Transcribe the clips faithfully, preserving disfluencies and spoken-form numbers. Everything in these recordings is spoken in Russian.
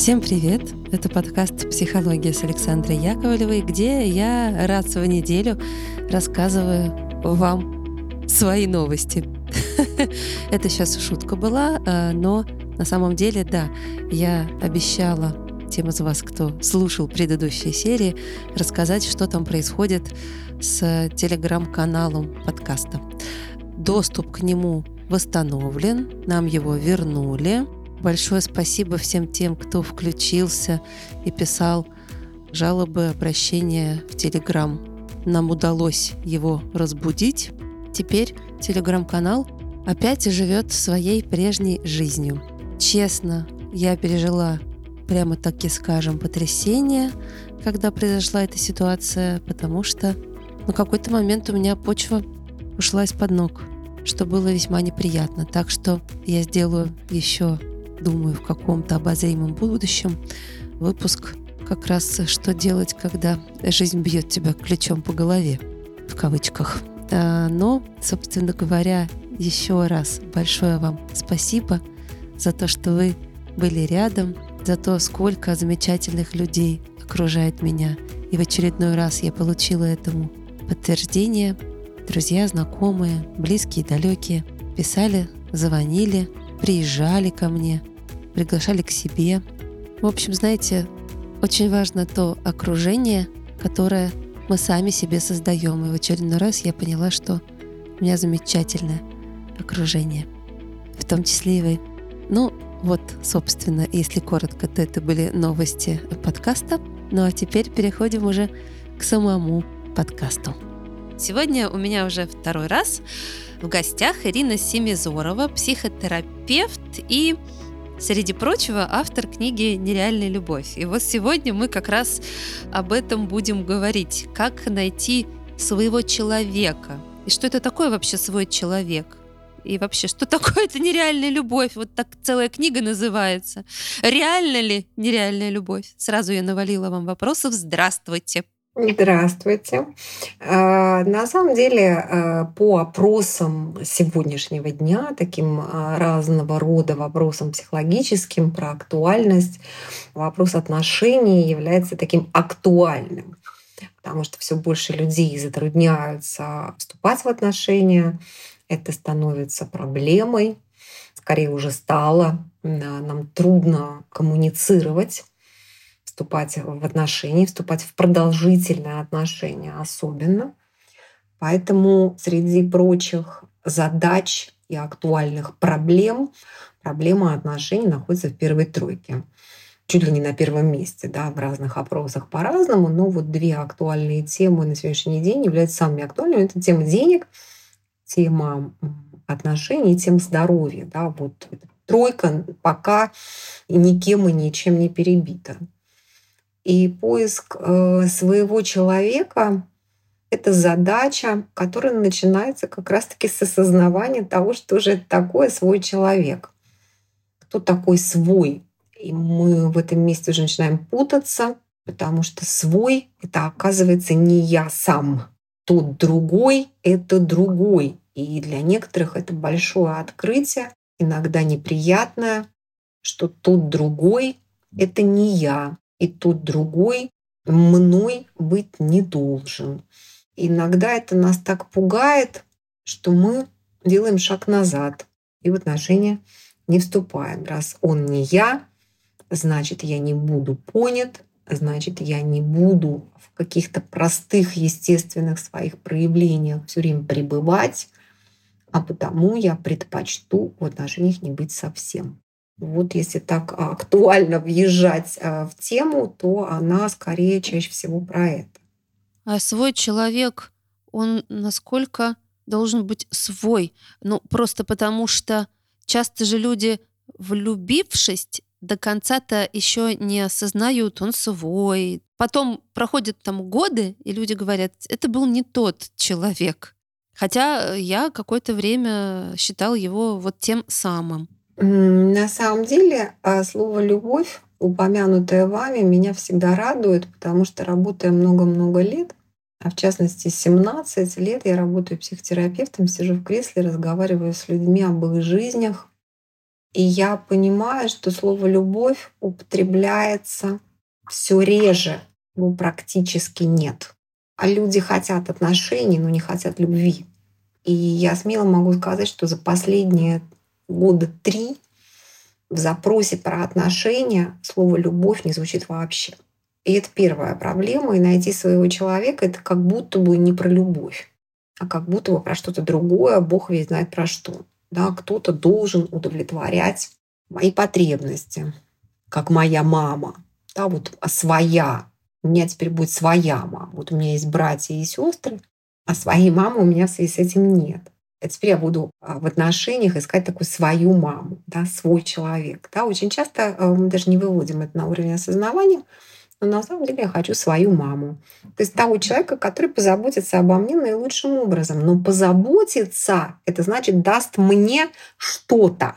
Всем привет! Это подкаст «Психология» с Александрой Яковлевой, где я раз в неделю рассказываю вам свои новости. Это сейчас шутка была, но на самом деле, да, я обещала тем из вас, кто слушал предыдущие серии, рассказать, что там происходит с телеграм-каналом подкаста. Доступ к нему восстановлен, нам его вернули. Большое спасибо всем тем, кто включился и писал жалобы, обращения в Телеграм. Нам удалось его разбудить. Теперь Телеграм-канал опять живет своей прежней жизнью. Честно, я пережила, прямо таки скажем, потрясение, когда произошла эта ситуация, потому что на какой-то момент у меня почва ушла из-под ног, что было весьма неприятно. Так что я сделаю еще, думаю, в каком-то обозримом будущем выпуск как раз «Что делать, когда жизнь бьет тебя ключом по голове», в кавычках. Но, собственно говоря, еще раз большое вам спасибо за то, что вы были рядом, за то, сколько замечательных людей окружает меня. И в очередной раз я получила этому подтверждение. Друзья, знакомые, близкие, далекие писали, звонили, приезжали ко мне, приглашали к себе. В общем, знаете, очень важно то окружение, которое мы сами себе создаем. И в очередной раз я поняла, что у меня замечательное окружение, в том числе и вы. Ну, вот, собственно, если коротко, то это были новости подкаста. Ну а теперь переходим уже к самому подкасту. Сегодня у меня уже второй раз в гостях Ирина Семизорова, психотерапевт и, среди прочего, автор книги «Нереальная любовь». И вот сегодня мы как раз об этом будем говорить. Как найти своего человека. И что это такое вообще свой человек? И вообще, что такое это нереальная любовь? Вот так целая книга называется. Реально ли нереальная любовь? Сразу я навалила вам вопросов. Здравствуйте. Здравствуйте. На самом деле, по опросам сегодняшнего дня, таким разного рода вопросам психологическим про актуальность, вопрос отношений является таким актуальным, потому что все больше людей затрудняются вступать в отношения. Это становится проблемой, скорее уже стало. Нам трудно коммуницировать, вступать в отношения, вступать в продолжительные отношения особенно. Поэтому среди прочих задач и актуальных проблем проблема отношений находится в первой тройке. Чуть ли не на первом месте, да, в разных опросах по-разному, но вот две актуальные темы на сегодняшний день являются самыми актуальными. Это тема денег, тема отношений, тема здоровья. Да, вот тройка пока никем и ничем не перебита. И поиск своего человека — это задача, которая начинается как раз-таки с осознавания того, что же это такое свой человек. Кто такой свой? И мы в этом месте уже начинаем путаться, потому что свой — это, оказывается, не я сам. Тот другой — это другой. И для некоторых это большое открытие, иногда неприятное, что тот другой — это не я. И тот другой мной быть не должен. Иногда это нас так пугает, что мы делаем шаг назад и в отношения не вступаем. Раз он не я, значит, я не буду понят, значит, я не буду в каких-то простых, естественных своих проявлениях все время пребывать, а потому я предпочту в отношениях не быть совсем. Вот если так актуально въезжать в тему, то она скорее чаще всего про это. А свой человек, он насколько должен быть свой? Ну, просто потому что часто же люди, влюбившись, до конца-то еще не осознают, он свой. Потом проходят там годы, и люди говорят, это был не тот человек. Хотя я какое-то время считал его вот тем самым. На самом деле слово «любовь», упомянутое вами, меня всегда радует, потому что, работая много-много лет, а в частности семнадцать лет, я работаю психотерапевтом, сижу в кресле, разговариваю с людьми об их жизнях, И я понимаю, что слово «любовь» употребляется все реже, его практически нет. А люди хотят отношений, но не хотят любви. И я смело могу сказать, что за последние года три в запросе про отношения слово «любовь» не звучит вообще. И это первая проблема. И найти своего человека — это как будто бы не про любовь, а как будто бы про что-то другое, Бог ведь знает про что. Да, кто-то должен удовлетворять мои потребности, как моя мама. Да, вот а своя. У меня теперь будет своя мама. Вот у меня есть братья и сестры, а своей мамы у меня в связи с этим нет. А теперь я буду в отношениях искать такую свою маму, да, свой человек. Да, очень часто мы даже не выводим это на уровень осознавания, но на самом деле я хочу свою маму. То есть того человека, который позаботится обо мне наилучшим образом. Но позаботиться — это значит даст мне что-то.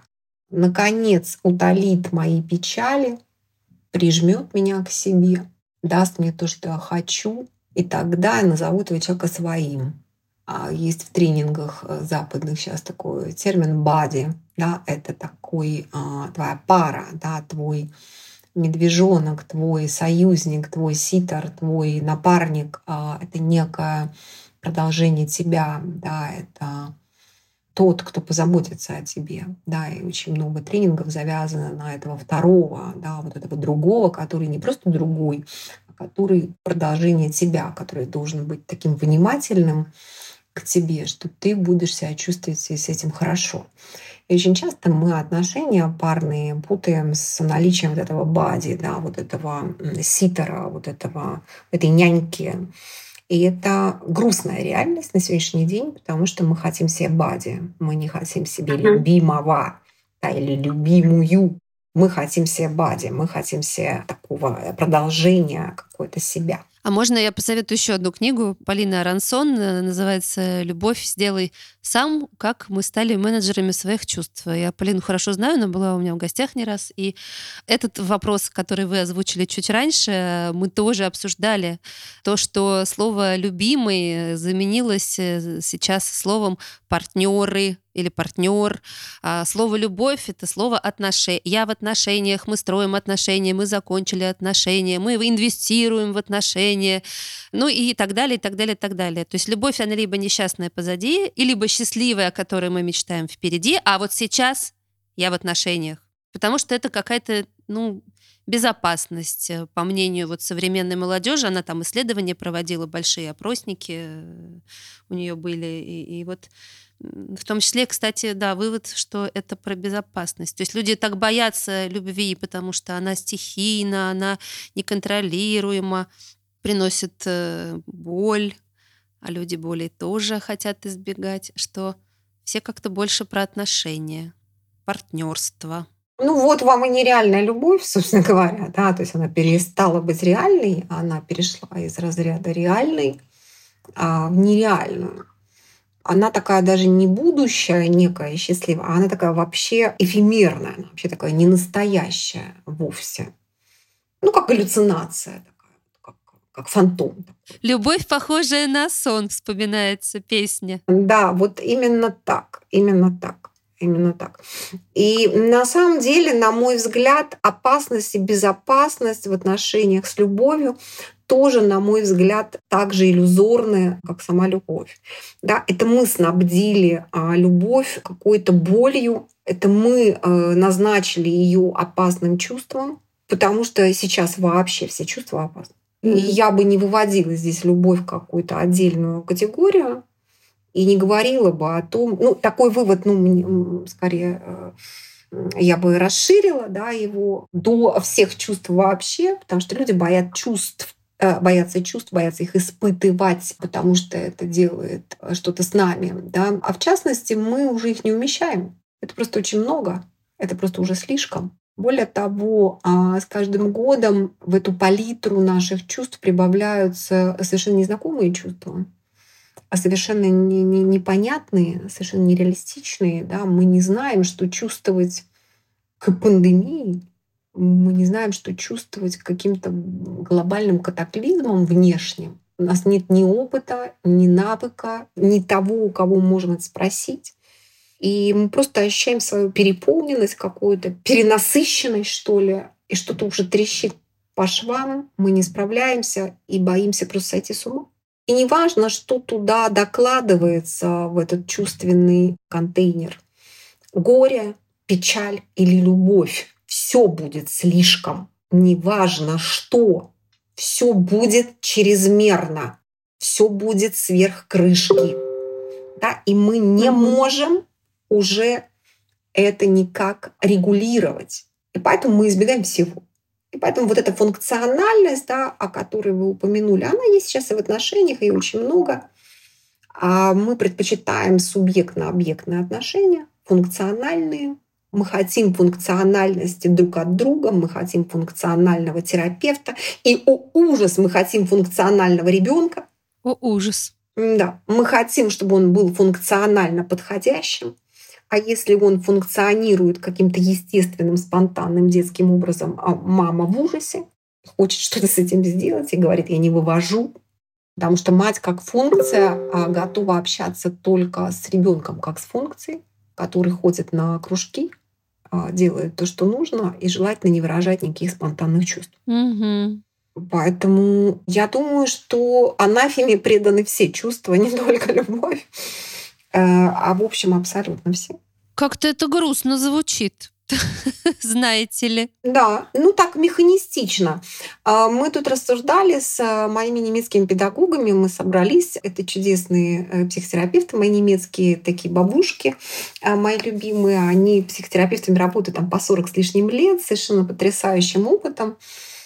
Наконец утолит мои печали, прижмет меня к себе, даст мне то, что я хочу, и тогда я назову этого человека своим. Есть в тренингах западных сейчас такой термин body, да, это такой твоя пара, да, твой медвежонок, твой союзник, твой ситар, твой напарник — это некое продолжение тебя, да, это тот, кто позаботится о тебе, да, и очень много тренингов завязано на этого второго, да, вот этого другого, который не просто другой, а который продолжение тебя, который должен быть таким внимательным к тебе, что ты будешь себя чувствовать с этим хорошо. И очень часто мы отношения парные путаем с наличием вот этого бади, да, вот этого ситера, вот этого, этой няньки. И это грустная реальность на сегодняшний день, потому что мы хотим себе бади, мы не хотим себе любимого, да, или любимую. Мы хотим себе бади, мы хотим себе такого продолжения какое-то себя. А можно я посоветую еще одну книгу Полины Арансон, называется «Любовь сделай сам. Как мы стали менеджерами своих чувств». Я Полину хорошо знаю, она была у меня в гостях не раз. И этот вопрос, который вы озвучили чуть раньше, мы тоже обсуждали. То, что слово «любимый» заменилось сейчас словом «партнеры», или партнер. А слово «любовь» — это слово «отношения». Я в отношениях, мы строим отношения, мы закончили отношения, мы инвестируем в отношения, ну и так далее, и так далее, и так далее. То есть любовь, она либо несчастная позади, и либо счастливая, о которой мы мечтаем, впереди, а вот сейчас я в отношениях. Потому что это какая-то, ну, безопасность, по мнению вот современной молодежи. Она там исследования проводила, большие опросники у нее были, и, и вот в том числе, кстати, да, вывод, что это про безопасность. То есть люди так боятся любви, потому что она стихийна, она неконтролируема, приносит боль, а люди боли тоже хотят избегать, что все как-то больше про отношения, партнерство. Ну вот вам и нереальная любовь, собственно говоря, да, то есть она перестала быть реальной, она перешла из разряда реальной а, в нереальную. Она такая даже не будущая, некая счастливая, а она такая вообще эфемерная, она вообще такая ненастоящая вовсе. Ну, как галлюцинация такая, как, как фантом. «Любовь, похожая на сон», вспоминается песня. Да, вот именно так, именно так. Именно так. И на самом деле, на мой взгляд, опасность и безопасность в отношениях с любовью тоже, на мой взгляд, так же иллюзорные, как сама любовь. Да, это мы снабдили а, любовь какой-то болью, это мы а, назначили ее опасным чувством, потому что сейчас вообще все чувства опасны. Mm-hmm. И я бы не выводила здесь любовь в какую-то отдельную категорию, и не говорила бы о том, ну, такой вывод, ну, скорее, я бы расширила, да, его до всех чувств вообще, потому что люди боятся чувств, боятся чувств, боятся их испытывать, потому что это делает что-то с нами, да. А в частности, мы уже их не умещаем. Это просто очень много, это просто уже слишком. Более того, с каждым годом в эту палитру наших чувств прибавляются совершенно незнакомые чувства, а совершенно не, не, непонятные, совершенно нереалистичные. Да? Мы не знаем, что чувствовать к пандемии, мы не знаем, что чувствовать к каким-то глобальным катаклизмам внешним. У нас нет ни опыта, ни навыка, ни того, у кого мы можем это спросить. И мы просто ощущаем свою переполненность какую-то, перенасыщенность, что ли, и что-то уже трещит по швам, мы не справляемся и боимся просто сойти с ума. И неважно, что туда докладывается, в этот чувственный контейнер. Горе, печаль или любовь. Все будет слишком. Неважно что. Все будет чрезмерно. Все будет сверх крышки. Да? И мы не можем уже это никак регулировать. И поэтому мы избегаем всего. И поэтому вот эта функциональность, да, о которой вы упомянули, она есть сейчас и в отношениях, и очень много. А мы предпочитаем субъектно-объектные отношения, функциональные. Мы хотим функциональности друг от друга, мы хотим функционального терапевта. И, о ужас, мы хотим функционального ребенка. О ужас. Да, мы хотим, чтобы он был функционально подходящим. А если он функционирует каким-то естественным, спонтанным детским образом, а мама в ужасе, хочет что-то с этим сделать и говорит, я не вывожу, потому что мать как функция готова общаться только с ребенком как с функцией, который ходит на кружки, делает то, что нужно, и желательно не выражать никаких спонтанных чувств. Угу. Поэтому я думаю, что анафеме преданы все чувства, не только любовь, а в общем абсолютно все. Как-то это грустно звучит, знаете ли. Да, ну так механистично. Мы тут рассуждали с моими немецкими педагогами, мы собрались, это чудесные психотерапевты, мои немецкие такие бабушки, мои любимые, они психотерапевтами работают там по сорок с лишним лет, совершенно потрясающим опытом.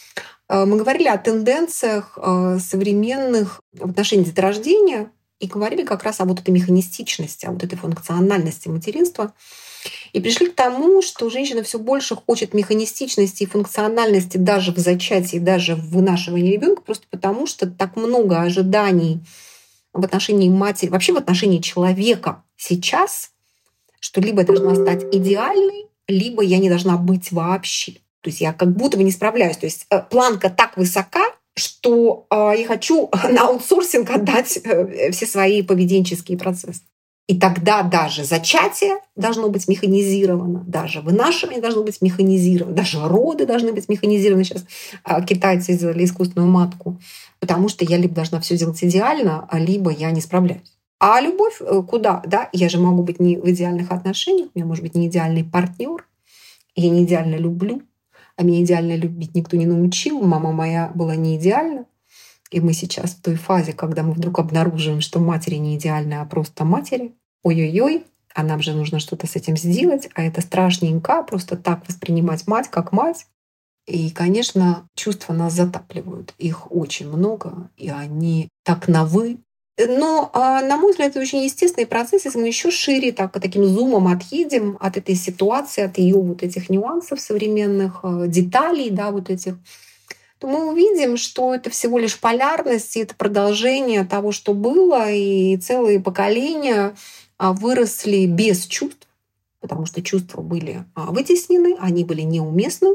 Мы говорили о тенденциях современных в отношении деторождения, и говорили как раз о вот этой механистичности, о вот этой функциональности материнства. И пришли к тому, что женщина все больше хочет механистичности и функциональности даже в зачатии, даже в вынашивании ребенка, просто потому что так много ожиданий в отношении матери, вообще в отношении человека сейчас, что либо я должна стать идеальной, либо я не должна быть вообще. То есть я как будто бы не справляюсь. То есть планка так высока, что э, я хочу на аутсорсинг отдать э, все свои поведенческие процессы. И тогда даже зачатие должно быть механизировано, даже вынашивание должно быть механизировано, даже роды должны быть механизированы. Сейчас э, китайцы сделали искусственную матку, потому что я либо должна все делать идеально, либо я не справляюсь. А любовь э, куда? Да? Я же могу быть не в идеальных отношениях, у меня может быть не идеальный партнер, я не идеально люблю. А меня идеально любить никто не научил. Мама моя была не идеальна. И мы сейчас в той фазе, когда мы вдруг обнаруживаем, что матери не идеальны, а просто матери. Ой-ой-ой, а нам же нужно что-то с этим сделать. А это страшненько, просто так воспринимать мать как мать. И, конечно, чувства нас затапливают. Их очень много, и они так на «вы». Но, на мой взгляд, это очень естественный процесс. Если мы еще шире так, таким зумом отъедем от этой ситуации, от ее вот этих нюансов современных, деталей, да, вот этих, то мы увидим, что это всего лишь полярность, и это продолжение того, что было, и целые поколения выросли без чувств, потому что чувства были вытеснены, они были неуместны.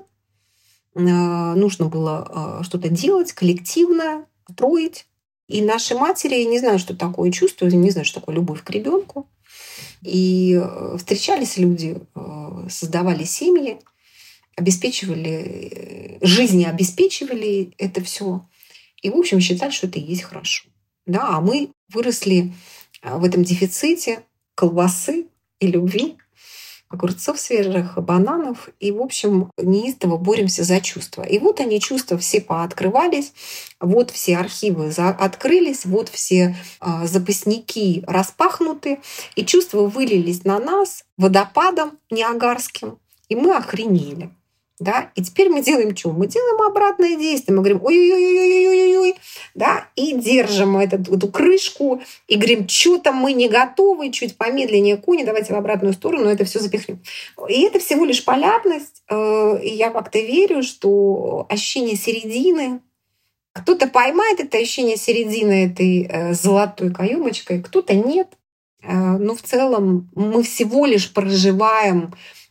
Нужно было что-то делать коллективное, строить. И наши матери не знают, что такое чувство, не знают, что такое любовь к ребенку. И встречались люди, создавали семьи, обеспечивали, жизни обеспечивали это все. И, в общем, считали, что это и есть хорошо. Да, а мы выросли в этом дефиците колбасы и любви, огурцов свежих, бананов. И, в общем, неистово боремся за чувства. И вот они, чувства все пооткрывались, вот все архивы открылись, вот все э, запасники распахнуты, и чувства вылились на нас водопадом ниагарским, и мы охренели. Да? И теперь мы делаем что? Мы делаем обратное действие. Мы говорим ой-ой-ой-ой-ой-ой-ой, да? И держим эту, эту крышку, и говорим, что-то мы не готовы, чуть помедленнее кони, давайте в обратную сторону это все запихнем. И это всего лишь полярность. И я как-то верю, что ощущение середины, кто-то поймает это ощущение середины этой золотой каемочкой, кто-то нет. Но в целом мы всего лишь проживаем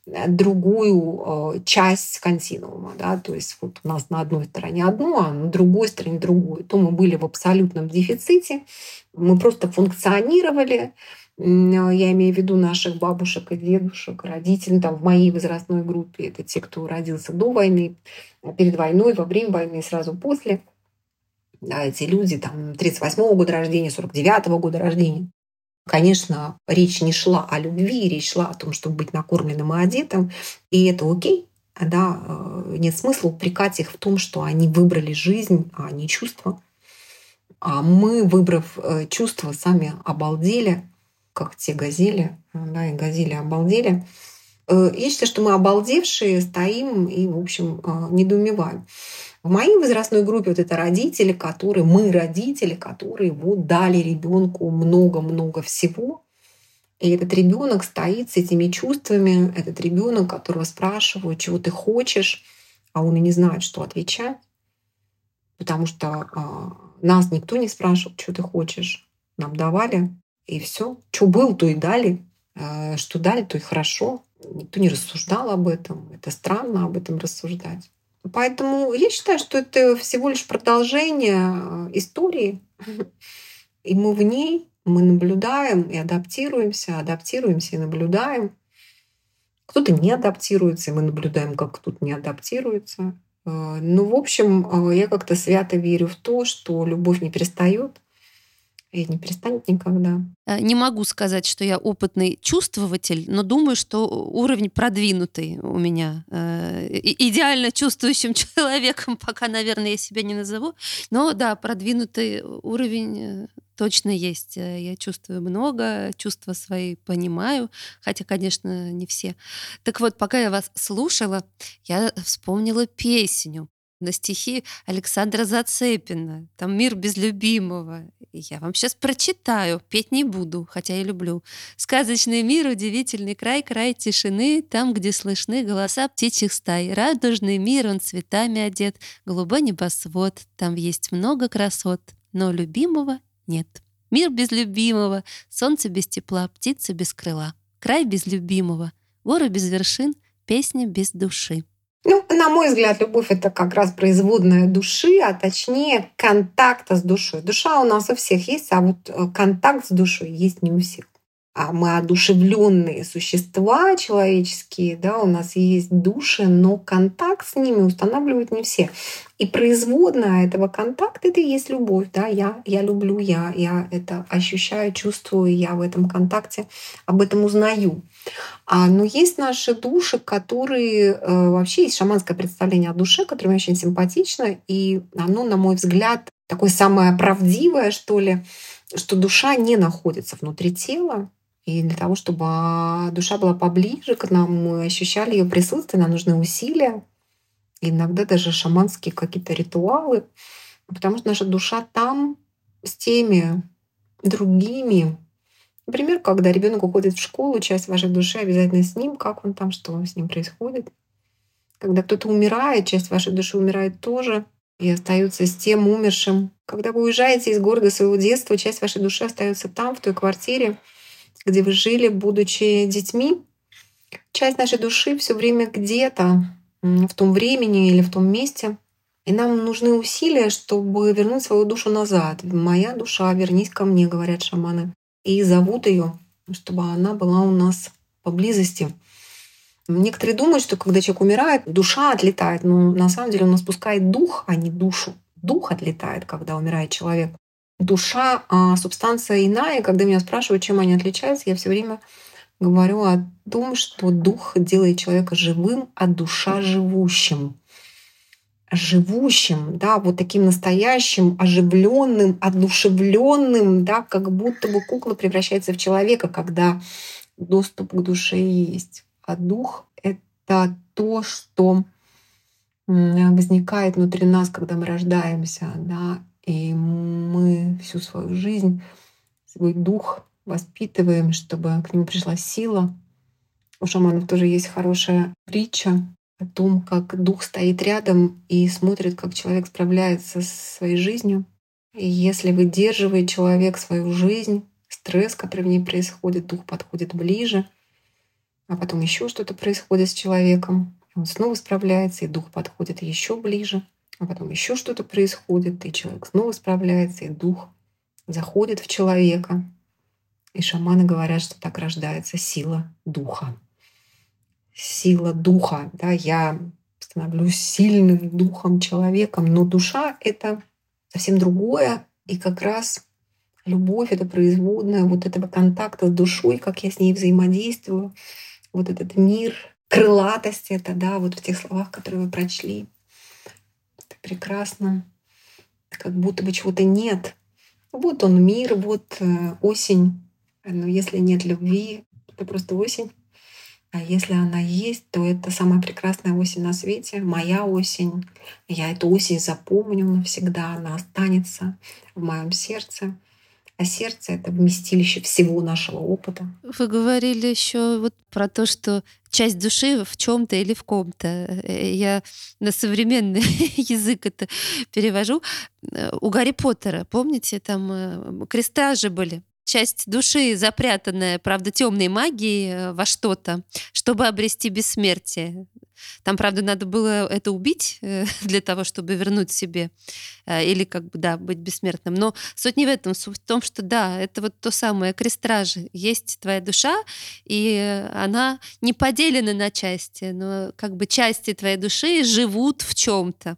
другую часть континуума. Да? То есть вот у нас на одной стороне одно, а на другой стороне другое. То мы были в абсолютном дефиците, мы просто функционировали, Я имею в виду наших бабушек и дедушек, родителей, там, в моей возрастной группе. Это те, кто родился до войны, перед войной, во время войны и сразу после. Да, эти люди там тридцать восьмого года рождения, сорок девятого года рождения. Конечно, речь не шла о любви, речь шла о том, чтобы быть накормленным и одетым. И это окей. Да, нет смысла упрекать их в том, что они выбрали жизнь, а не чувства. А мы, выбрав чувства, сами обалдели, как те газели, да, и газели обалдели. Я считаю, что мы обалдевшие стоим и, в общем, недоумеваем. В моей возрастной группе вот это родители, которые, мы родители, которые вот дали ребенку много-много всего. И этот ребенок стоит с этими чувствами, этот ребенок, которого спрашивают, чего ты хочешь, а он и не знает, что отвечать. Потому что а, нас никто не спрашивал, что ты хочешь. Нам давали, и все. Что было, то и дали. А, что дали, то и хорошо. Никто не рассуждал об этом. Это странно об этом рассуждать. Поэтому я считаю, что это всего лишь продолжение истории. И мы в ней, мы наблюдаем и адаптируемся, адаптируемся и наблюдаем. Кто-то не адаптируется, и мы наблюдаем, как кто-то не адаптируется. Ну, в общем, я как-то свято верю в то, что любовь не перестает и не перестанет никогда. Не могу сказать, что я опытный чувствователь, но думаю, что уровень продвинутый у меня. Идеально чувствующим человеком пока, наверное, я себя не назову. Но да, продвинутый уровень точно есть. Я чувствую много, чувства свои понимаю, хотя, конечно, не все. Так вот, пока я вас слушала, я вспомнила песню на стихи Александра Зацепина. Там «Мир без любимого». Я вам сейчас прочитаю, петь не буду, хотя и люблю. «Сказочный мир, удивительный край, край тишины, там, где слышны голоса птичьих стай. Радужный мир, он цветами одет, голубой небосвод, там есть много красот, но любимого нет. Мир без любимого, солнце без тепла, птица без крыла, край без любимого, горы без вершин, песня без души». Ну, на мой взгляд, любовь — это как раз производная души, а точнее контакта с душой. Душа у нас у всех есть, а вот контакт с душой есть не у всех. А мы одушевленные существа человеческие, да, у нас есть души, но контакт с ними устанавливают не все. И производная этого контакта — это и есть любовь. Да? Я, я люблю, я, я это ощущаю, чувствую, я в этом контакте об этом узнаю. А, но есть наши души, которые... Э, вообще есть шаманское представление о душе, которое мне очень симпатично, и оно, на мой взгляд, такое самое правдивое, что ли, что душа не находится внутри тела. И для того, чтобы душа была поближе к нам, мы ощущали ее присутствие, нам нужны усилия, иногда даже шаманские какие-то ритуалы, потому что наша душа там с теми другими. Например, когда ребенок уходит в школу, часть вашей души обязательно с ним, как он там, что с ним происходит. Когда кто-то умирает, часть вашей души умирает тоже и остается с тем умершим. Когда вы уезжаете из города своего детства, часть вашей души остается там, в той квартире, где вы жили, будучи детьми. Часть нашей души все время где-то в том времени или в том месте. И нам нужны усилия, чтобы вернуть свою душу назад. «Моя душа, вернись ко мне», говорят шаманы. И зовут ее, чтобы она была у нас поблизости. Некоторые думают, что когда человек умирает, душа отлетает. Но на самом деле он спускает дух, а не душу. Дух отлетает, когда умирает человек. Душа, а субстанция иная. И когда меня спрашивают, чем они отличаются, я все время говорю о том, что дух делает человека живым, а душа живущим. Живущим, да, вот таким настоящим, оживленным, одушевленным, да, как будто бы кукла превращается в человека, когда доступ к душе есть. А дух — это то, что возникает внутри нас, когда мы рождаемся, да, и мы всю свою жизнь свой дух воспитываем, чтобы к нему пришла сила. У шаманов тоже есть хорошая притча о том, как дух стоит рядом и смотрит, как человек справляется со своей жизнью. И если выдерживает человек свою жизнь, стресс, который в ней происходит, дух подходит ближе, а потом еще что-то происходит с человеком, и он снова справляется, и дух подходит еще ближе, а потом еще что-то происходит, и человек снова справляется, и дух заходит в человека. И шаманы говорят, что так рождается сила духа. Сила духа. Да, я становлюсь сильным духом, человеком, но душа — это совсем другое. И как раз любовь — это производная вот этого контакта с душой, как я с ней взаимодействую. Вот этот мир, крылатость — это, да, вот в тех словах, которые вы прочли. Это прекрасно. Как будто бы чего-то нет. Вот он мир, вот осень. Но если нет любви, это просто осень. А если она есть, то это самая прекрасная осень на свете, моя осень. Я эту осень запомню навсегда, она останется в моем сердце. А сердце — это вместилище всего нашего опыта. Вы говорили еще вот про то, что часть души в чем-то или в ком-то. Я на современный язык это перевожу. У Гарри Поттера, помните, там крестражи были? Часть души, запрятанная, правда, темной магией во что-то, чтобы обрести бессмертие. Там, правда, надо было это убить для того, чтобы вернуть себе или как бы, да, быть бессмертным. Но суть не в этом, суть в том, что да, это вот то самое крестражи. Есть твоя душа, и она не поделена на части, но как бы части твоей души живут в чем-то.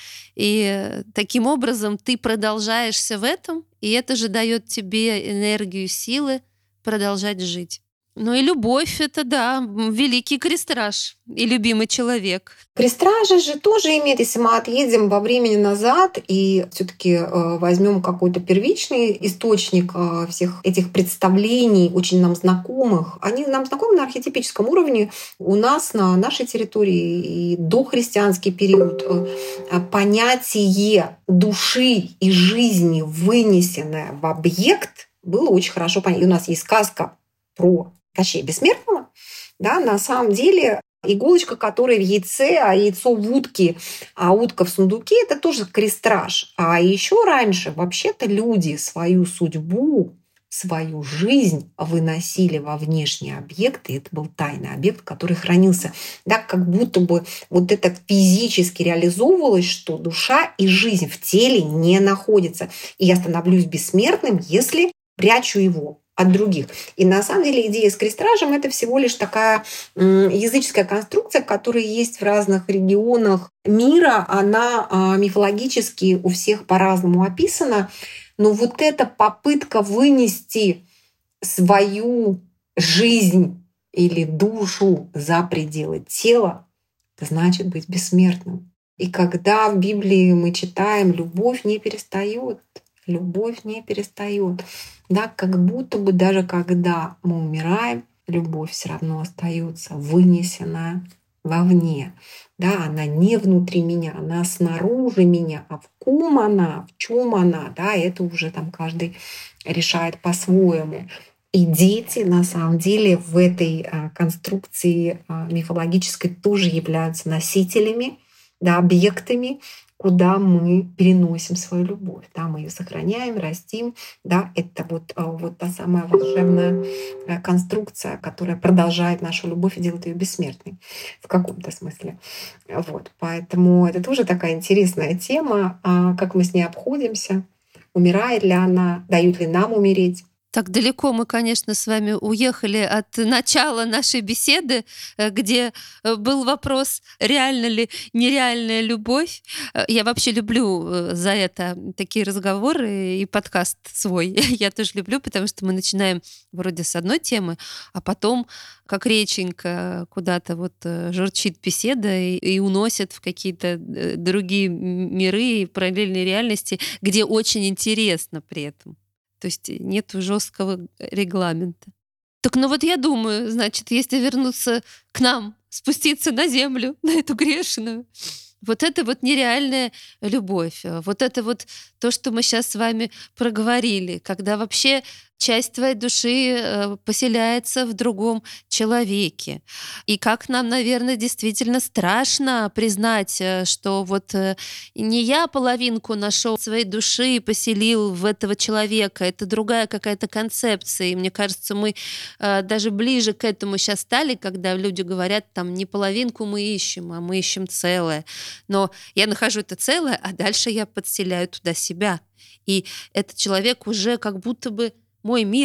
И таким образом ты продолжаешься в этом, и это же дает тебе энергию, силы продолжать жить. Ну и любовь — это, да, великий крестраж и любимый человек. Крестражи же тоже имеет, если мы отъедем во времени назад и все-таки э, возьмем какой-то первичный источник э, всех этих представлений, очень нам знакомых, они нам знакомы на архетипическом уровне. У нас на нашей территории и дохристианский период э, понятие души и жизни, вынесенное в объект, было очень хорошо понятно. И у нас есть сказка про Кощея Бессмертного, да, на самом деле иголочка, которая в яйце, а яйцо в утке, а утка в сундуке, это тоже крестраж. А еще раньше вообще-то люди свою судьбу, свою жизнь выносили во внешние объекты. Это был тайный объект, который хранился. Да, как будто бы вот это физически реализовывалось, что душа и жизнь в теле не находятся. И я становлюсь бессмертным, если прячу его от других. И на самом деле идея с крестражем — это всего лишь такая языческая конструкция, которая есть в разных регионах мира. Она мифологически у всех по-разному описана. Но вот эта попытка вынести свою жизнь или душу за пределы тела, это значит быть бессмертным. И когда в Библии мы читаем «любовь не перестает», любовь не перестает. Да, как будто бы даже когда мы умираем, любовь все равно остается вынесена вовне. Да, она не внутри меня, она снаружи меня. А в ком она, в чем она, да, это уже там каждый решает по-своему. И дети, на самом деле, в этой конструкции мифологической тоже являются носителями, да, объектами, куда мы переносим свою любовь. Да, мы ее сохраняем, растим. Да, это вот, вот та самая волшебная конструкция, которая продолжает нашу любовь и делает ее бессмертной в каком-то смысле. Вот. Поэтому это тоже такая интересная тема, как мы с ней обходимся, умирает ли она, дают ли нам умереть. Так далеко мы, конечно, с вами уехали от начала нашей беседы, где был вопрос, реально ли нереальная любовь. Я вообще люблю за это такие разговоры и подкаст свой. Я тоже люблю, потому что мы начинаем вроде с одной темы, а потом, как реченька, куда-то вот журчит беседа и, и уносит в какие-то другие миры и параллельные реальности, где очень интересно при этом. То есть нет жесткого регламента. Так, ну вот я думаю, значит, если вернуться к нам, спуститься на землю, на эту грешную, вот это вот нереальная любовь. Вот это вот то, что мы сейчас с вами проговорили, когда вообще часть твоей души поселяется в другом человеке. И как нам, наверное, действительно страшно признать, что вот не я половинку нашел своей души и поселил в этого человека, это другая какая-то концепция. И мне кажется, мы даже ближе к этому сейчас стали, когда люди говорят, там, не половинку мы ищем, а мы ищем целое. Но я нахожу это целое, а дальше я подселяю туда себя. И этот человек уже как будто бы мой мир,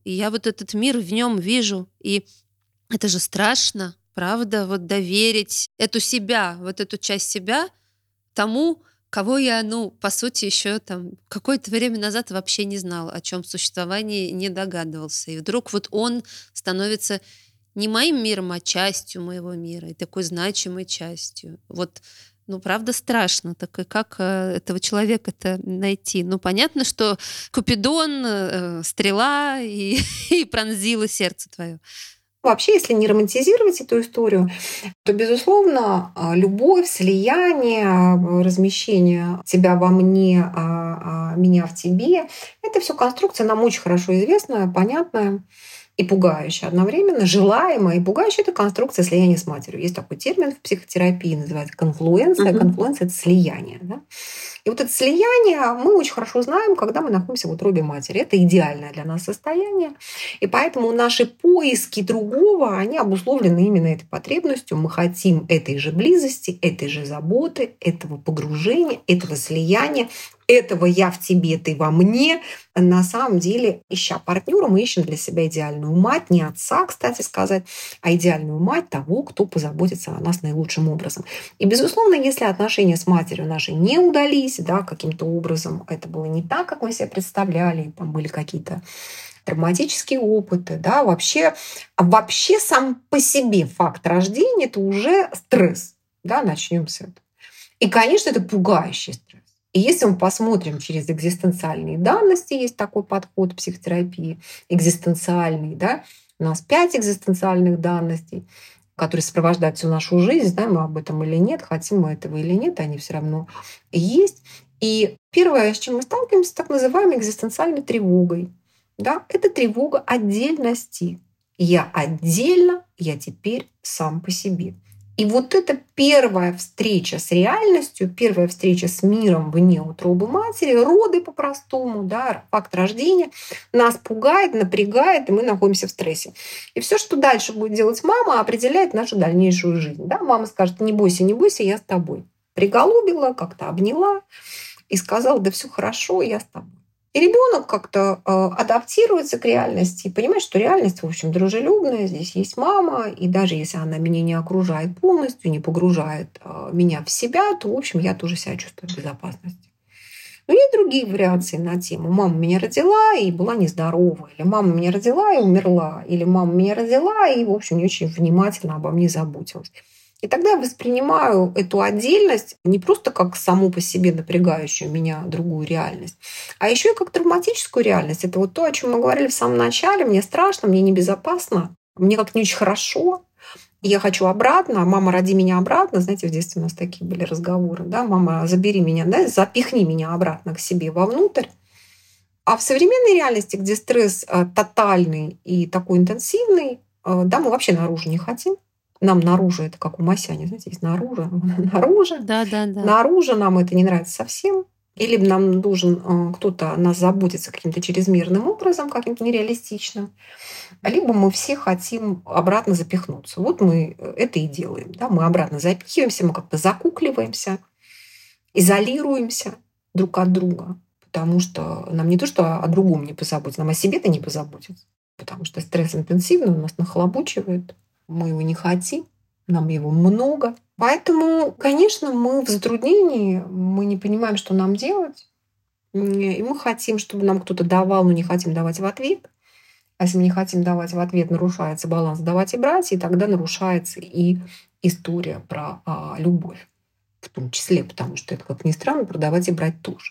и я вот этот мир в нем вижу. И это же страшно, правда, вот доверить эту себя, вот эту часть себя тому, кого я, ну, по сути, еще там какое-то время назад вообще не знал, о чем существовании не догадывался. И вдруг вот он становится не моим миром, а частью моего мира, и такой значимой частью. Вот, ну, правда, страшно. Так и как э, этого человека-то найти? Ну, понятно, что Купидон, э, стрела и, и пронзила сердце твое. Вообще, если не романтизировать эту историю, то, безусловно, любовь, слияние, размещение тебя во мне, а меня в тебе — это все конструкция нам очень хорошо известная, понятная и пугающая одновременно, желаемая и пугающая — это конструкция слияния с матерью. Есть такой термин в психотерапии, называется конфлуенция. Mm-hmm. Конфлуенция — это слияние. Да? И вот это слияние мы очень хорошо знаем, когда мы находимся в утробе матери. Это идеальное для нас состояние. И поэтому наши поиски другого, они обусловлены именно этой потребностью. Мы хотим этой же близости, этой же заботы, этого погружения, этого слияния, этого «я в тебе, ты во мне». На самом деле, ища партнера, мы ищем для себя идеальную мать, не отца, кстати сказать, а идеальную мать того, кто позаботится о нас наилучшим образом. И, безусловно, если отношения с матерью наши не удались, да, каким-то образом это было не так, как мы себе представляли, там были какие-то травматические опыты, да, вообще, вообще сам по себе факт рождения — это уже стресс, да, начнем с этого. И, конечно, это пугающий стресс. И если мы посмотрим через экзистенциальные данности, есть такой подход в психотерапии, экзистенциальный, да, у нас пять экзистенциальных данностей, которые сопровождают всю нашу жизнь, знаем мы об этом или нет, хотим мы этого или нет, они все равно есть. И первое, с чем мы сталкиваемся, с так называемой экзистенциальной тревогой. Да, это тревога отдельности. Я отдельно, я теперь сам по себе. И вот эта первая встреча с реальностью, первая встреча с миром вне утробы матери, роды по-простому, да, факт рождения, нас пугает, напрягает, и мы находимся в стрессе. И все, что дальше будет делать мама, определяет нашу дальнейшую жизнь. Да? Мама скажет: не бойся, не бойся, я с тобой. Приголубила, как-то обняла и сказала: да все хорошо, я с тобой. И ребенок как-то э, адаптируется к реальности и понимает, что реальность, в общем, дружелюбная, здесь есть мама, и даже если она меня не окружает полностью, не погружает э, меня в себя, то, в общем, я тоже себя чувствую в безопасности. Но есть другие вариации на тему: мама меня родила и была нездорова, или мама меня родила и умерла, или мама меня родила и, в общем, не очень внимательно обо мне заботилась. И тогда я воспринимаю эту отдельность не просто как саму по себе напрягающую меня другую реальность, а еще и как травматическую реальность. Это вот то, о чем мы говорили в самом начале. Мне страшно, мне небезопасно, мне как-то не очень хорошо. И я хочу обратно. Мама, роди меня обратно. Знаете, в детстве у нас такие были разговоры. Да? Мама, забери меня, да? Запихни меня обратно к себе вовнутрь. А в современной реальности, где стресс тотальный и такой интенсивный, да, мы вообще наружу не хотим. Нам наружу, это как у Масяни, знаете, есть наружу, наружу. Да, да, да. Наружу нам это не нравится совсем. Или нам должен кто-то о нас заботиться каким-то чрезмерным образом, каким-то нереалистичным. Либо мы все хотим обратно запихнуться. Вот мы это и делаем. Да? Мы обратно запихиваемся, мы как-то закукливаемся, изолируемся друг от друга. Потому что нам не то, что о другом не позаботиться, нам о себе-то не позаботиться. Потому что стресс интенсивный, у нас нахлобучивает. Мы его не хотим, нам его много. Поэтому, конечно, мы в затруднении, мы не понимаем, что нам делать. И мы хотим, чтобы нам кто-то давал, но не хотим давать в ответ. А если мы не хотим давать в ответ, нарушается баланс давать и брать, и тогда нарушается и история про а, любовь. В том числе, потому что это, как ни странно, про давать и брать тоже.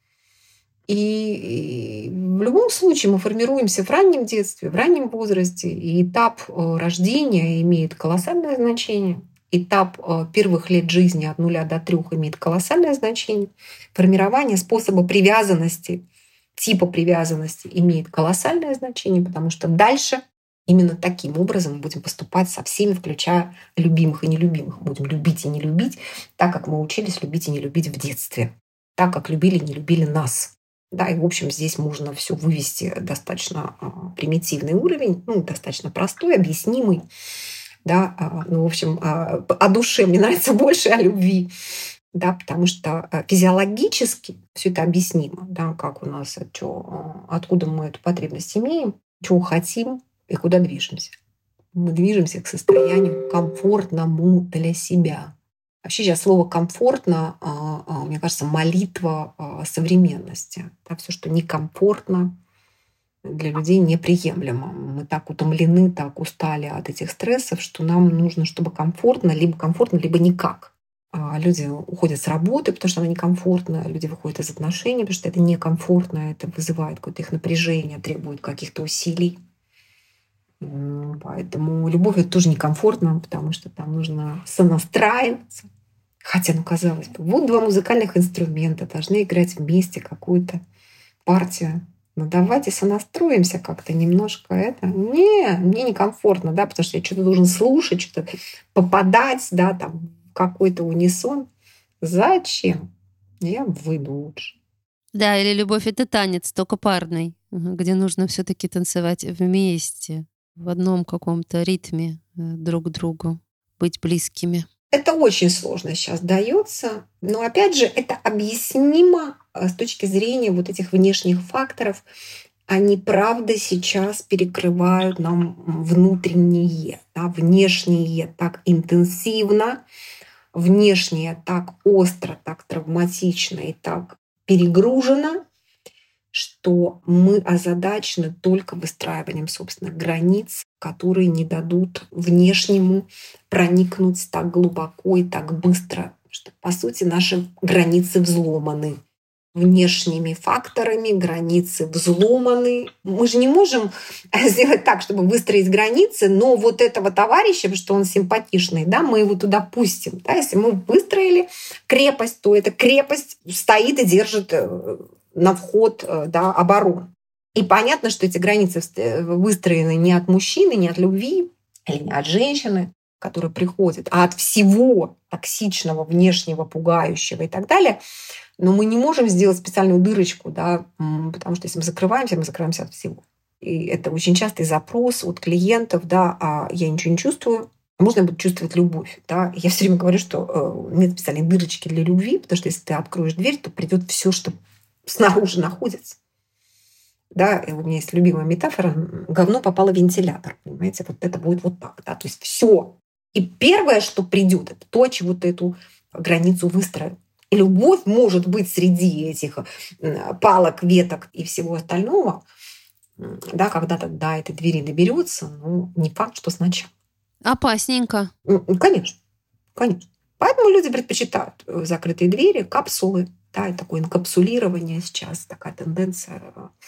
И в любом случае мы формируемся в раннем детстве, в раннем возрасте, и этап рождения имеет колоссальное значение. Этап первых лет жизни от нуля до трех имеет колоссальное значение. Формирование способа привязанности, типа привязанности имеет колоссальное значение, потому что дальше именно таким образом мы будем поступать со всеми, включая любимых и нелюбимых. Будем любить и не любить так, как мы учились любить и не любить в детстве, так, как любили и не любили нас. Да, и, в общем, здесь можно все вывести достаточно примитивный уровень, ну, достаточно простой, объяснимый. Да, ну, в общем, о душе мне нравится больше, о любви. Да, потому что физиологически все это объяснимо, да, как у нас, что, откуда мы эту потребность имеем. чего хотим и куда движемся. Мы движемся к состоянию комфортному для себя. Вообще сейчас слово «комфортно», мне кажется, молитва современности. Все, что некомфортно, для людей неприемлемо. Мы так утомлены, так устали от этих стрессов, что нам нужно, чтобы комфортно, либо комфортно, либо никак. Люди уходят с работы, потому что она некомфортная, люди выходят из отношений, потому что это некомфортно, это вызывает какое-то их напряжение, требует каких-то усилий. Поэтому любовь — это тоже некомфортно, потому что там нужно сонастраиваться. Хотя, ну, казалось бы, вот два музыкальных инструмента должны играть вместе какую-то партию. Ну, давайте сонастроимся как-то немножко. Это не, мне некомфортно, да, потому что я что-то должен слушать, что-то попадать, да, там, в какой-то унисон. Зачем? Я выйду лучше. Да, или любовь — это танец, только парный, где нужно все-таки танцевать вместе, в одном каком-то ритме друг к другу, быть близкими. Это очень сложно сейчас дается, но опять же это объяснимо с точки зрения вот этих внешних факторов. Они, правда, сейчас перекрывают нам внутреннее, да, внешнее так интенсивно, внешнее так остро, так травматично и так перегружено, что мы озадачены только выстраиванием собственных границ, которые не дадут внешнему проникнуть так глубоко и так быстро, что, по сути, наши границы взломаны. Внешними факторами границы взломаны. Мы же не можем сделать так, чтобы выстроить границы, но вот этого товарища, потому что он симпатичный, да, мы его туда пустим. Да? Если мы выстроили крепость, то эта крепость стоит и держит на вход, да, оборону. И понятно, что эти границы выстроены не от мужчины, не от любви или не от женщины, которая приходит, а от всего токсичного, внешнего, пугающего и так далее. Но мы не можем сделать специальную дырочку, да, потому что если мы закрываемся, мы закрываемся от всего. И это очень частый запрос от клиентов, да, а я ничего не чувствую, можно будет чувствовать любовь. Да? Я все время говорю, что нет специальной дырочки для любви, потому что если ты откроешь дверь, то придет все, что снаружи находится. Да, и у меня есть любимая метафора: говно попало в вентилятор. Понимаете, вот это будет вот так. Да? То есть все. И первое, что придет, это то, чего ты эту границу выстроил. И любовь может быть среди этих палок, веток и всего остального, да, когда-то до этой двери доберется, но не факт, что сначала. Опасненько. Конечно, конечно. Поэтому люди предпочитают закрытые двери, капсулы. Да, и такое инкапсулирование сейчас, такая тенденция.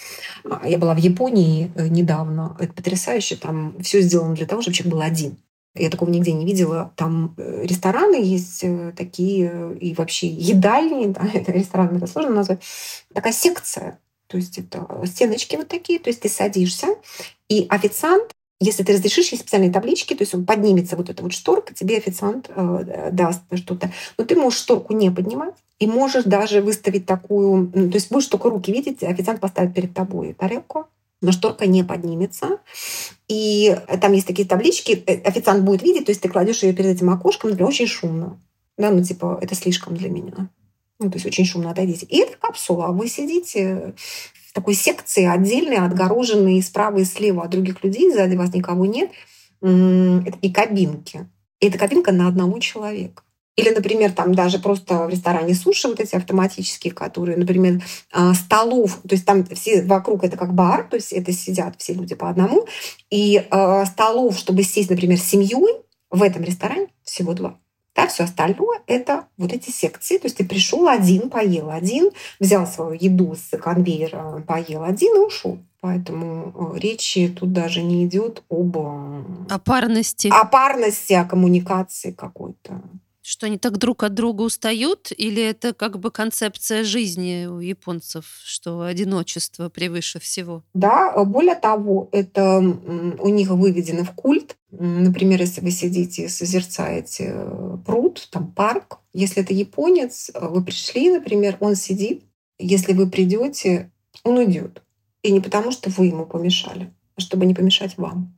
Я была в Японии недавно. Это потрясающе. Там все сделано для того, чтобы человек был один. Я такого нигде не видела. Там рестораны есть такие, и вообще едальни. Да, это ресторан, это сложно назвать. Такая секция. То есть это стеночки вот такие. То есть ты садишься, и официант, если ты разрешишь, есть специальные таблички, то есть он поднимется, вот эта вот шторка, тебе официант э, даст что-то. Но ты можешь шторку не поднимать, и можешь даже выставить такую... То есть будешь только руки видеть, официант поставит перед тобой тарелку, но шторка не поднимется. И там есть такие таблички, официант будет видеть, то есть ты кладешь ее перед этим окошком, например, очень шумно. Да, ну типа это слишком для меня. Ну, то есть очень шумно, отойдите. И это капсула, а вы сидите в такой секции отдельной, отгороженной справа и слева от других людей, сзади вас никого нет. Это и кабинки. И эта кабинка на одного человека. Или, например, там даже просто в ресторане суши вот эти автоматические, которые, например, столов, то есть там все вокруг это как бар, то есть это сидят все люди по одному, и столов, чтобы сесть, например, с семьей, в этом ресторане всего два. Да, все остальное — это вот эти секции. То есть ты пришел один, поел один, взял свою еду с конвейера, поел один и ушел. Поэтому речи тут даже не идет об... О парности. О парности, о коммуникации какой-то. Что они так друг от друга устают? Или это как бы концепция жизни у японцев, что одиночество превыше всего? Да, более того, это у них выведено в культ. Например, если вы сидите и созерцаете пруд, там парк, если это японец, вы пришли, например, он сидит, если вы придете, он уйдет. И не потому, что вы ему помешали, а чтобы не помешать вам.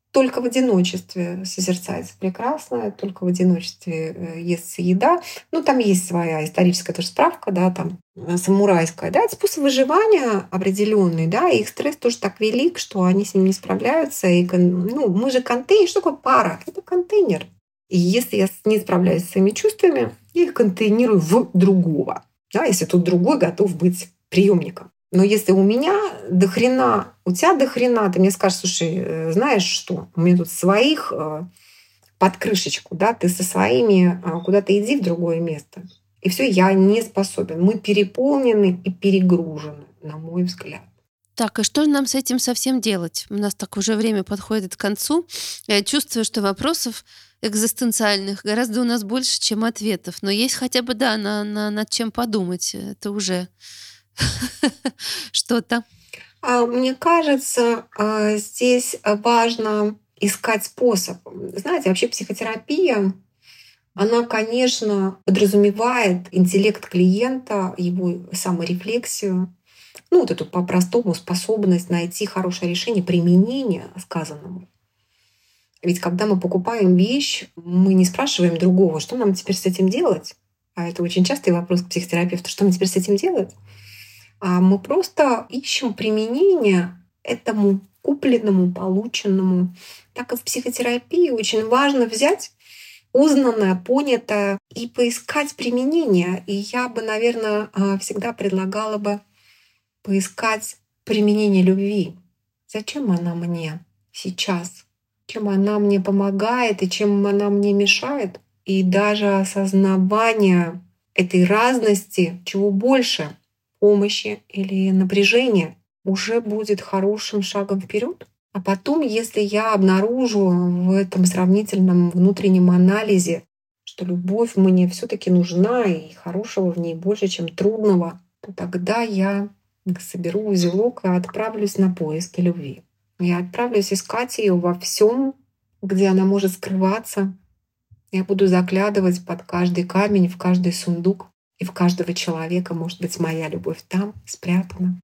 только в одиночестве созерцается прекрасное, только в одиночестве э, естся еда. Ну, там есть своя историческая тоже справка, да, там э, самурайская, да, это способ выживания определенный, да, и их стресс тоже так велик, что они с ним не справляются. И, кон- ну, мы же контейнер, что такое пара? Это контейнер. И если я с- не справляюсь с своими чувствами, я их контейнирую в другого, да, если тут другой готов быть приемником. Но если у меня до хрена, у тебя до хрена, ты мне скажешь, слушай, э, знаешь что, у меня тут своих э, под крышечку, да, ты со своими э, куда-то иди в другое место. И все, я не способен. Мы переполнены и перегружены, на мой взгляд. Так, и что же нам с этим совсем делать? У нас так уже время подходит к концу. Я чувствую, что вопросов экзистенциальных гораздо у нас больше, чем ответов. Но есть хотя бы, да, на, на- над чем подумать. Это уже что-то. А мне кажется, а, здесь важно искать способ. Знаете, вообще психотерапия, она, конечно, подразумевает интеллект клиента, его саморефлексию, ну, вот эту по-простому способность найти хорошее решение применения сказанному. Ведь когда мы покупаем вещь, мы не спрашиваем другого, что нам теперь с этим делать. А это очень частый вопрос к психотерапевту, что мне теперь с этим делать? А мы просто ищем применение этому купленному, полученному. Так и в психотерапии очень важно взять узнанное, понятое и поискать применение. И я бы, наверное, всегда предлагала бы поискать применение любви. Зачем она мне сейчас? Чем она мне помогает и чем она мне мешает? И даже осознавание этой разности, чего больше — помощи или напряжения, уже будет хорошим шагом вперед. А потом, если я обнаружу в этом сравнительном внутреннем анализе, что любовь мне все-таки нужна и хорошего в ней больше, чем трудного, то тогда я соберу узелок и отправлюсь на поиски любви. Я отправлюсь искать ее во всем, где она может скрываться. Я буду заглядывать под каждый камень, в каждый сундук. И в каждого человека может быть моя любовь там спрятана,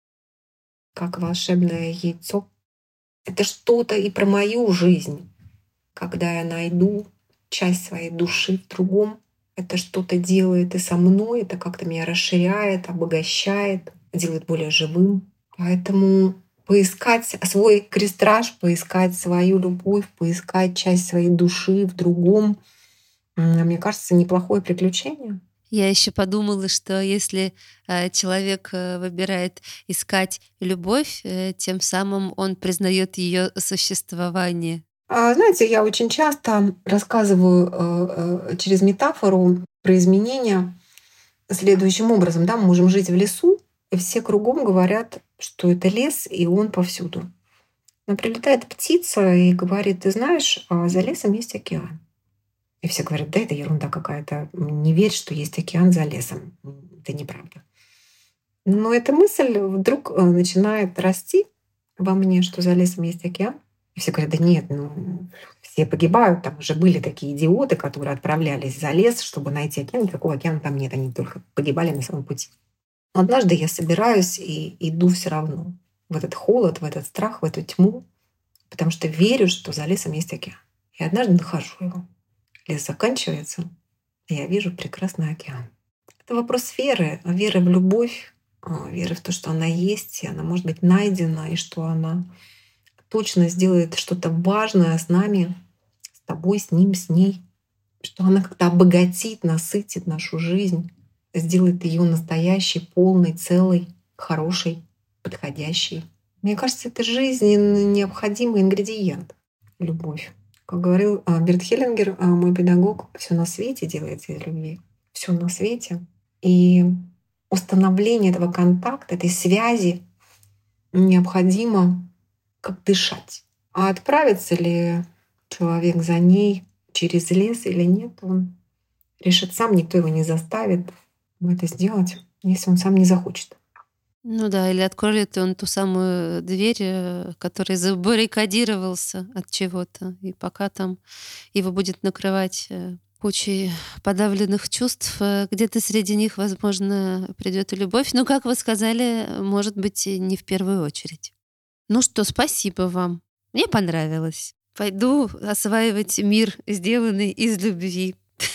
как волшебное яйцо. Это что-то и про мою жизнь. Когда я найду часть своей души в другом, это что-то делает и со мной, это как-то меня расширяет, обогащает, делает более живым. Поэтому поискать свой крестраж, поискать свою любовь, поискать часть своей души в другом, м, мне кажется, неплохое приключение. Я еще подумала, что если э, человек э, выбирает искать любовь, э, тем самым он признает ее существование. А, Знаете, я очень часто рассказываю э, э, через метафору про изменения следующим образом. Да, мы можем жить в лесу, и все кругом говорят, что это лес, и он повсюду. Но прилетает птица и говорит, ты знаешь, а за лесом есть океан. И все говорят, да это ерунда какая-то, не верь, что есть океан за лесом. Это неправда. Но эта мысль вдруг э, начинает расти во мне, что за лесом есть океан. И все говорят, да нет, ну все погибают. Там уже были такие идиоты, которые отправлялись за лес, чтобы найти океан. Никакого океана там нет, они только погибали на своем пути. Но однажды я собираюсь и иду все равно в этот холод, в этот страх, в эту тьму, потому что верю, что за лесом есть океан. И однажды нахожу его. Лес заканчивается, и я вижу прекрасный океан. Это вопрос веры, веры в любовь, а, веры в то, что она есть, и она может быть найдена, и что она точно сделает что-то важное с нами, с тобой, с ним, с ней, что она как-то обогатит, насытит нашу жизнь, сделает ее настоящей, полной, целой, хорошей, подходящей. Мне кажется, это жизненно необходимый ингредиент — любовь. Как говорил а, Берт Хеллингер, а, мой педагог, все на свете делается из любви. Все на свете. И установление этого контакта, этой связи необходимо как дышать. А отправится ли человек за ней через лес или нет, он решит сам, никто его не заставит это сделать, если он сам не захочет. Ну да, или откроет ли он ту самую дверь, э, который забаррикадировался от чего-то, и пока там его будет накрывать э, кучей подавленных чувств, э, где-то среди них, возможно, придет и любовь. Ну, как вы сказали, может быть, и не в первую очередь. Ну что, спасибо вам. Мне понравилось. Пойду осваивать мир, сделанный из любви.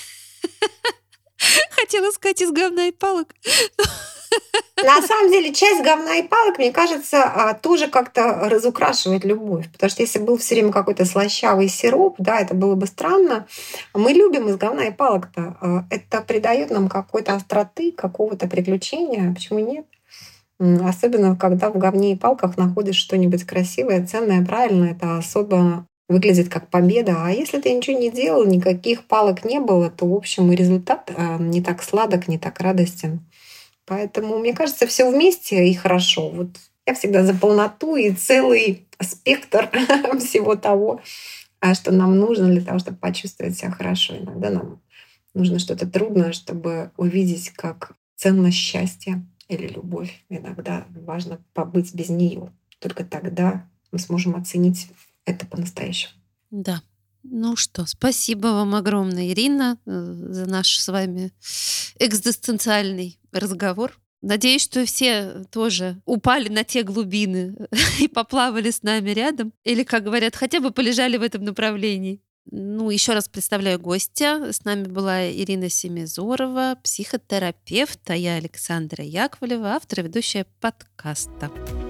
Хотела сказать из говна и палок. На самом деле, часть говна и палок, мне кажется, тоже как-то разукрашивает любовь. Потому что если был все время какой-то слащавый сироп, да, это было бы странно. Мы любим из говна и палок-то. Это придает нам какой-то остроты, какого-то приключения. Почему нет? Особенно, когда в говне и палках находишь что-нибудь красивое, ценное, правильное, это особо выглядит как победа. А если ты ничего не делал, никаких палок не было, то, в общем, и результат не так сладок, не так радостен. Поэтому, мне кажется, все вместе и хорошо. Вот я всегда за полноту и целый спектр всего того, что нам нужно для того, чтобы почувствовать себя хорошо. Иногда нам нужно что-то трудное, чтобы увидеть, как ценно счастье или любовь. Иногда важно побыть без нее. Только тогда мы сможем оценить это по-настоящему. Да. Ну что, спасибо вам огромное, Ирина, за наш с вами экзистенциальный разговор. Надеюсь, что все тоже упали на те глубины и поплавали с нами рядом. Или, как говорят, хотя бы полежали в этом направлении. Ну, еще раз представляю гостя. С нами была Ирина Семизорова, психотерапевт, а я Александра Яковлева, автор и ведущая подкаста.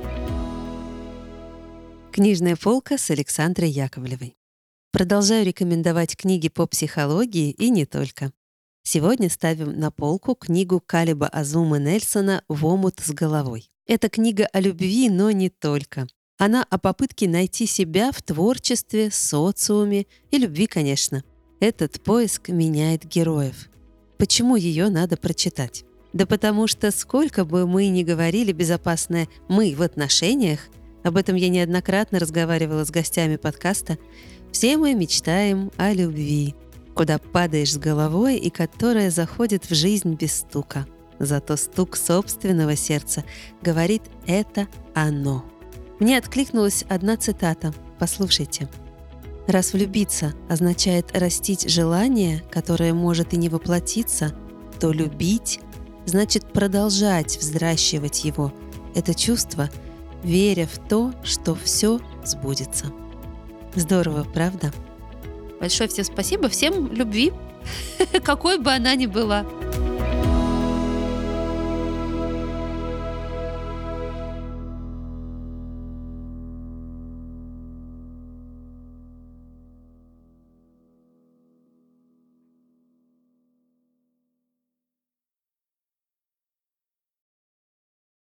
Книжная полка с Александрой Яковлевой. Продолжаю рекомендовать книги по психологии и не только. Сегодня ставим на полку книгу Калеба Азумы Нельсона «В омут с головой». Это книга о любви, но не только. Она о попытке найти себя в творчестве, социуме и любви, конечно. Этот поиск меняет героев. Почему ее надо прочитать? Да потому что сколько бы мы ни говорили безопасное «мы» в отношениях, об этом я неоднократно разговаривала с гостями подкаста, все мы мечтаем о любви, куда падаешь с головой и которая заходит в жизнь без стука. Зато стук собственного сердца говорит «это оно». Мне откликнулась одна цитата. Послушайте. «Раз влюбиться означает растить желание, которое может и не воплотиться, то любить значит продолжать взращивать его, это чувство, веря в то, что все сбудется». Здорово, правда? Большое всем спасибо, всем любви, какой бы она ни была.